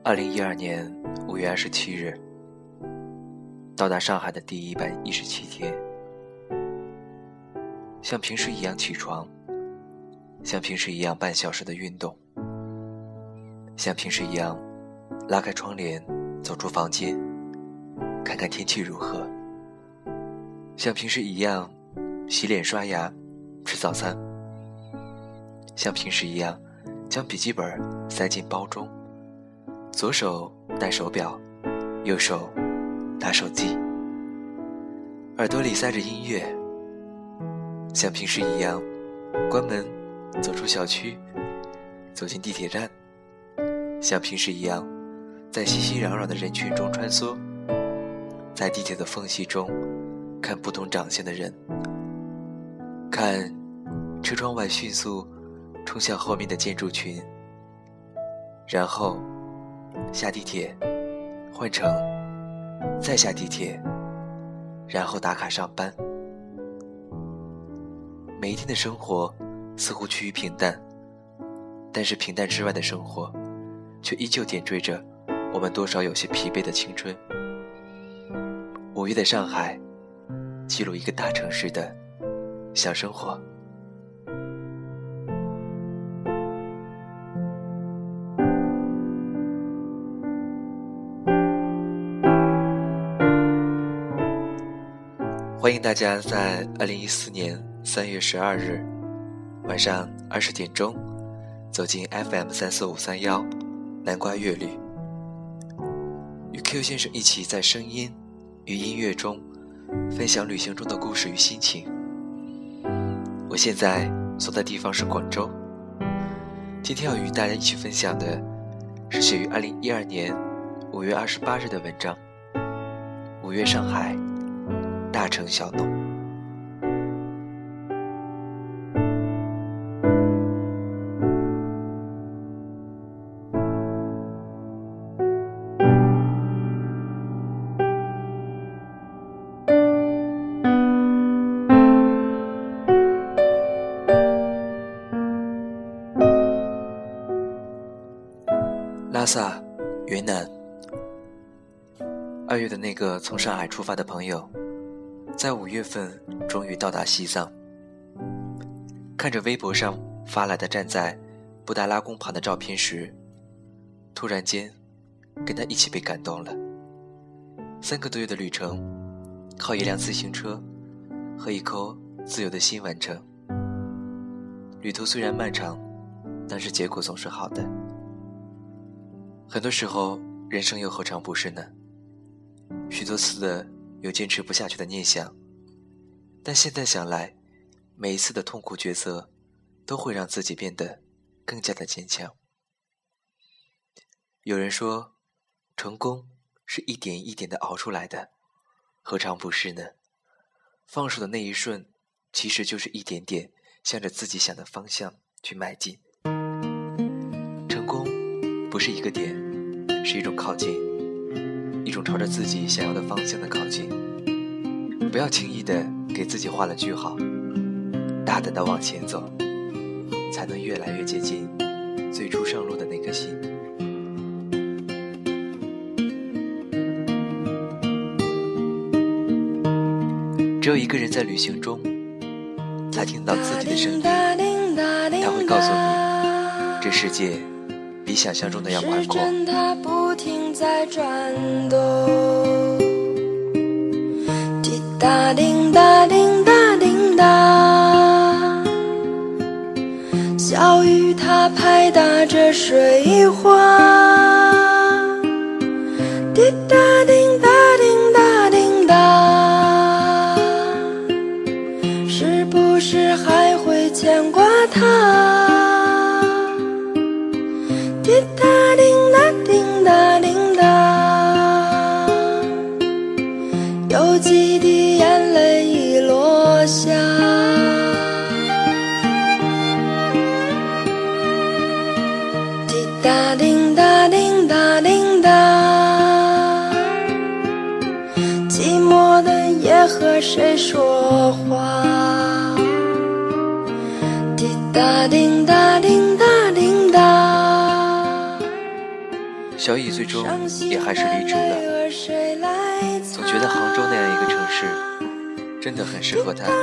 2012年5月27日，到达上海的第一班17天，像平时一样起床，像平时一样半小时的运动，像平时一样拉开窗帘走出房间，看看天气如何，像平时一样洗脸刷牙吃早餐，像平时一样将笔记本塞进包中，左手戴手表，右手拿手机，耳朵里塞着音乐，像平时一样关门走出小区，走进地铁站，像平时一样在熙熙攘攘的人群中穿梭，在地铁的缝隙中看不同长相的人，看车窗外迅速冲向后面的建筑群，然后下地铁换乘，再下地铁，然后打卡上班。每一天的生活似乎趋于平淡，但是平淡之外的生活却依旧点缀着我们多少有些疲惫的青春。5月的上海，记录一个大城市的小生活。欢迎大家在2014年3月12日晚上20点钟走进 FM34531南瓜乐旅，与 Q 先生一起在声音与音乐中分享旅行中的故事与心情。我现在所在地方是广州，今天要与大家一起分享的是写于2012年5月28日的文章《5月上海大城小弄》。拉萨，云南。2月的那个从上海出发的朋友，在5月份终于到达西藏。看着微博上发来的站在布达拉宫旁的照片时，突然间跟他一起被感动了。3个多月的旅程，靠一辆自行车和一颗自由的心完成。旅途虽然漫长，但是结果总是好的。很多时候人生又何尝不是呢？许多次的有坚持不下去的念想，但现在想来，每一次的痛苦抉择都会让自己变得更加的坚强。有人说，成功是一点一点的熬出来的，何尝不是呢？放手的那一瞬，其实就是一点点向着自己想的方向去迈进。成功不是一个点，是一种靠近，一种朝着自己想要的方向的靠近。不要轻易的给自己画了句号，大胆的往前走，才能越来越接近最初上路的那颗心。只有一个人在旅行中才听到自己的声音，他会告诉你，这世界比想象中的要宽阔。 时针它不停在转动，滴答叮答叮答叮答，小雨它拍打着水花，滴答叮答叮答叮答，是不是还会牵挂它？滴答叮答叮答叮答，有几滴眼泪已落下。滴答叮答叮答叮答，寂寞的夜和谁说话？滴答叮答叮答叮答。 小乙最终也还是离职了。总觉得杭州那样一个城市真的很适合他。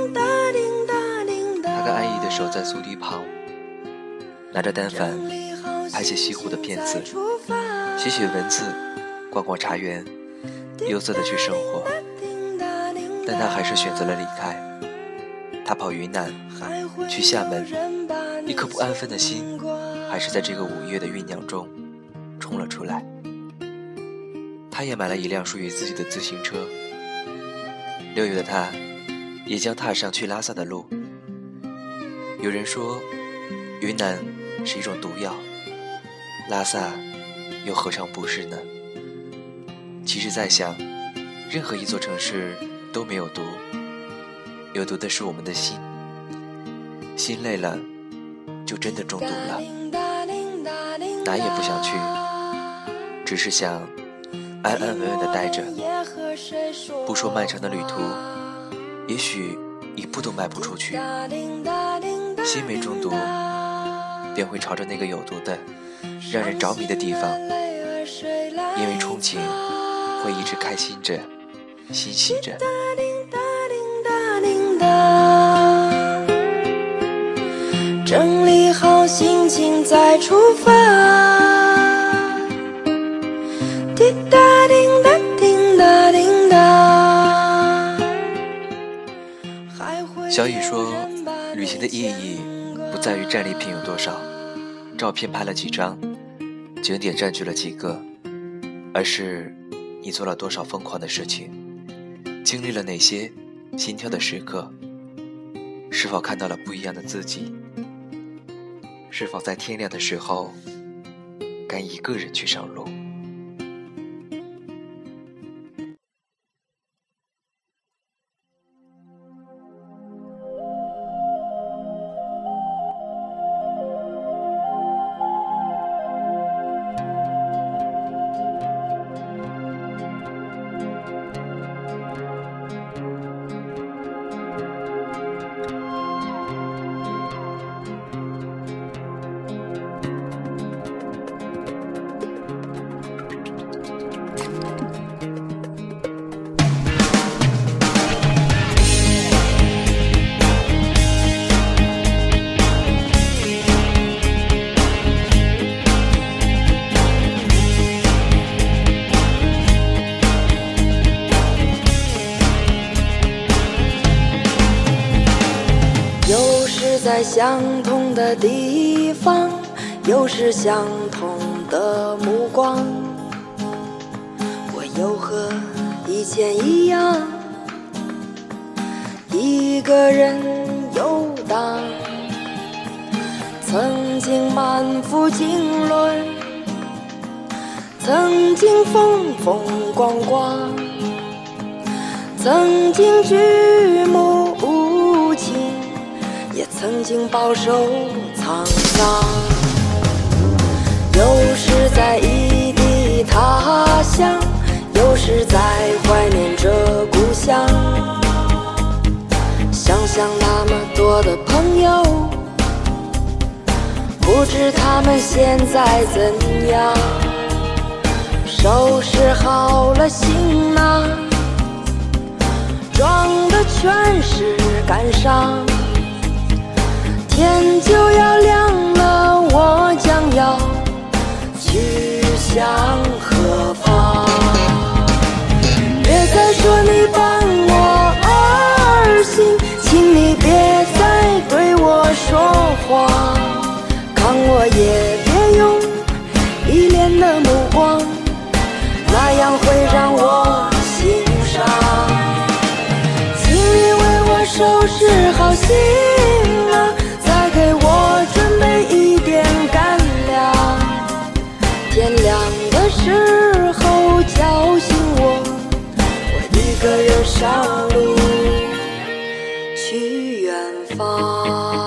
他跟安逸的手在苏堤旁，拿着单反拍些西湖的片子，写写文字，逛逛茶园，优色的去生活。但他还是选择了离开。他跑云南，去厦门，一颗不安分的心还是在这个5月的酝酿中冲了出来。他也买了一辆属于自己的自行车。6月的他也将踏上去拉萨的路。有人说云南是一种毒药，拉萨又何尝不是呢？其实在想，任何一座城市都没有毒，有毒的是我们的心。心累了就真的中毒了，哪也不想去，只是想安安稳稳地待着。不说漫长的旅途，也许一步都迈不出去。心没中毒，便会朝着那个有毒的让人着迷的地方，因为憧憬会一直开心着，欣喜着。 整理好心情再出发。滴答叮答叮答叮答。 小雨说，旅行的意义不在于战利品有多少，照片拍了几张，景点占据了几个，而是你做了多少疯狂的事情，经历了哪些心跳的时刻，是否看到了不一样的自己，是否在天亮的时候敢一个人去上路。 在相同的地方，又是相同的目光，我又和以前一样，一个人游荡。曾经满腹经纶，曾经风风光光，曾经举目无亲，也曾经饱受沧桑。有时在异地他乡，有时在怀念着故乡。想想那么多的朋友，不知他们现在怎样。收拾好了行囊，装的全是感伤。天就要亮了，我将要去向何方？别再说你伴我而行，请你别再对我说谎，看我也别用依恋的目光，那样会让我心伤。请你为我收拾好行囊，再给我准备一点干粮，天亮的时候叫醒我，我一个人上路去远方。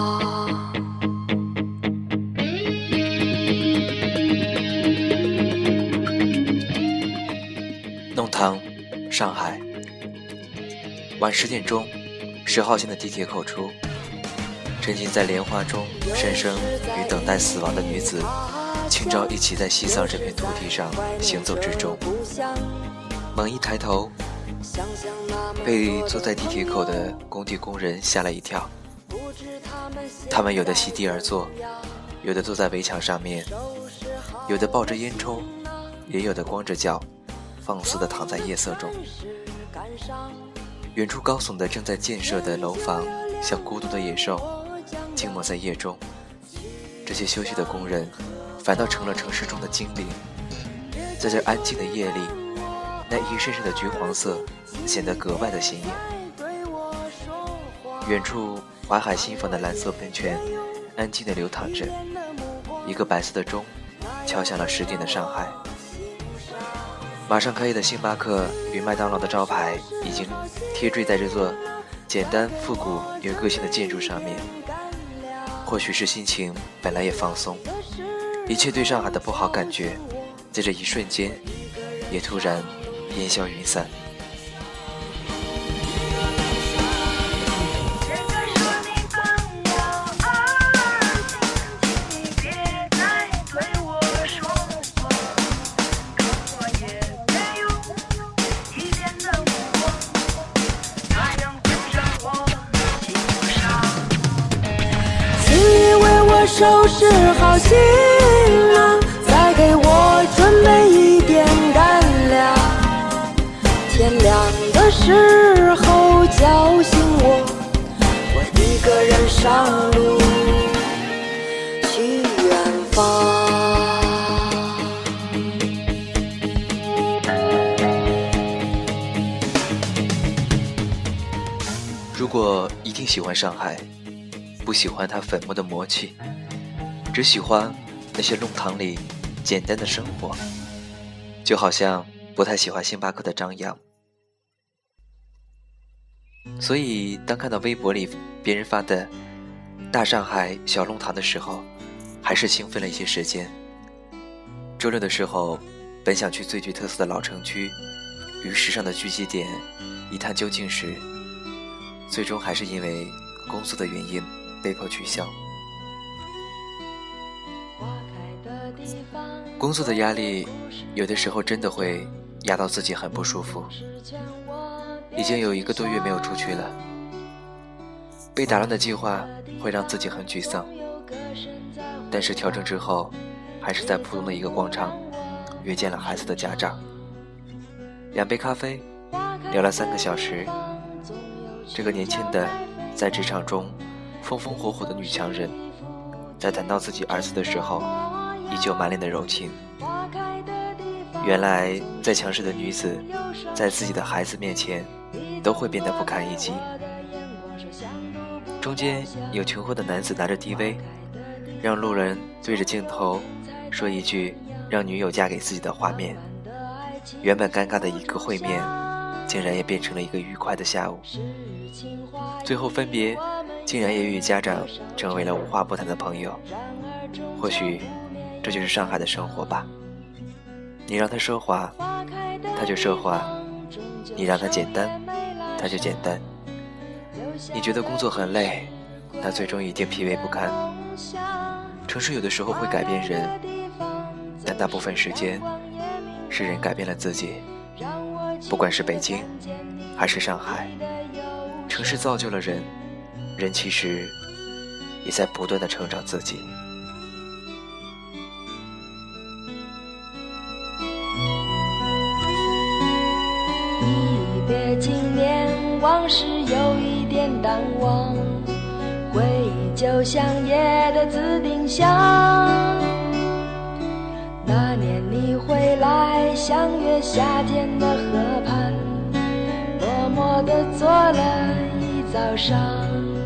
弄堂，上海，晚10点钟，10号线的地铁口处，沉浸在莲花中，深深与等待死亡的女子清朝一起在西藏这片土地上行走之中，猛一抬头，被坐在地铁口的工地工人吓了一跳。他们有的席地而坐，有的坐在围墙上面，有的抱着烟抽，也有的光着脚放肆地躺在夜色中。远处高耸的正在建设的楼房像孤独的野兽，静默在夜中。这些休息的工人反倒成了城市中的精灵，在这安静的夜里，那一身身的橘黄色显得格外的显眼。远处淮海新房的蓝色喷泉安静地流淌着，一个白色的钟敲响了10点的上海。马上开业的星巴克与麦当劳的招牌已经贴缀在这座简单复古有个性的建筑上面。或许是心情本来也放松，一切对上海的不好感觉在这一瞬间也突然烟消云散。 收拾好行囊，再给我准备一点干粮。天亮的时候叫醒我，我一个人上路去远方。 如果一定喜欢上海，不喜欢它粉墨的魔气，只喜欢那些弄堂里简单的生活，就好像不太喜欢星巴克的张扬。所以当看到微博里别人发的大上海小弄堂的时候，还是兴奋了一些时间。周六的时候本想去最具特色的老城区与时尚的聚集点一探究竟时，最终还是因为工作的原因被迫取消。工作的压力有的时候真的会压到自己很不舒服。已经有1个多月没有出去了，被打乱的计划会让自己很沮丧，但是调整之后还是在浦东的一个广场约见了孩子的家长，2杯咖啡聊了3个小时。这个年轻的在职场中风风火火的女强人，在谈到自己儿子的时候依旧满脸的柔情。原来再强势的女子在自己的孩子面前都会变得不堪一击。中间有穷困的男子拿着 DV 让路人对着镜头说一句让女友嫁给自己的画面，原本尴尬的一个会面竟然也变成了一个愉快的下午。最后分别竟然也与家长成为了无话不谈的朋友。或许这就是上海的生活吧，你让他奢华他就奢华，你让他简单他就简单。你觉得工作很累，他最终一定疲惫不堪。城市有的时候会改变人，但大部分时间是人改变了自己。不管是北京还是上海，城市造就了人，人其实也在不断地成长自己。 一别经年，往事有一点淡忘，回忆就像夜的自定箱。那年你回来，相约夏天的河畔，默默地坐了一早上。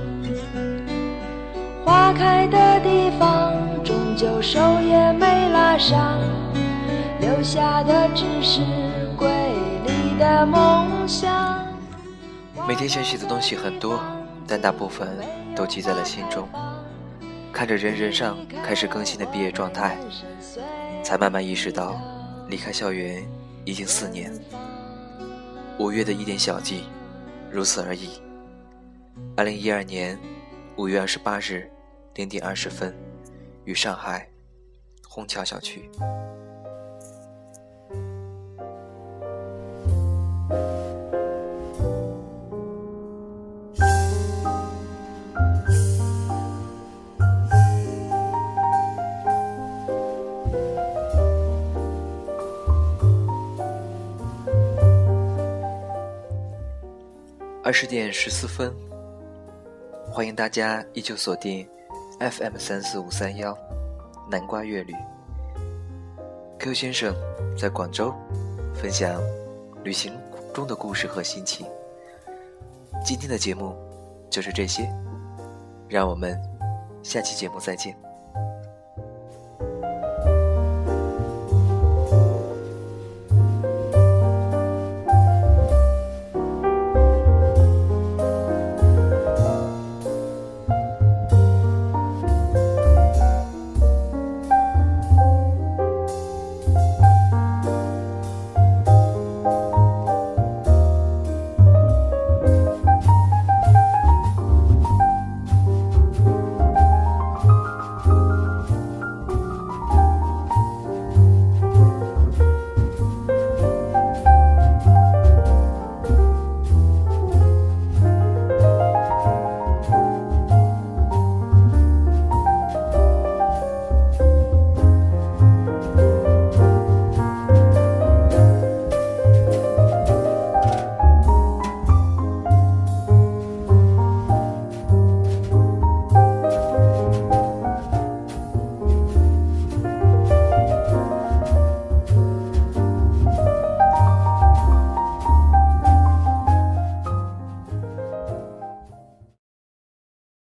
花开的地方，终究手也没拉上，留下的只是瑰丽的梦想。 每天学习的东西很多，但大部分都记在了心中。看着人人上开始更新的毕业状态，才慢慢意识到离开校园已经4年。5月的一点小记，如此而已。2012年5月28日0点20分，与上海虹桥小区。20点14分，欢迎大家依旧锁定 FM34531南瓜乐旅。Q 先生在广州分享旅行中的故事和心情。今天的节目就是这些，让我们下期节目再见。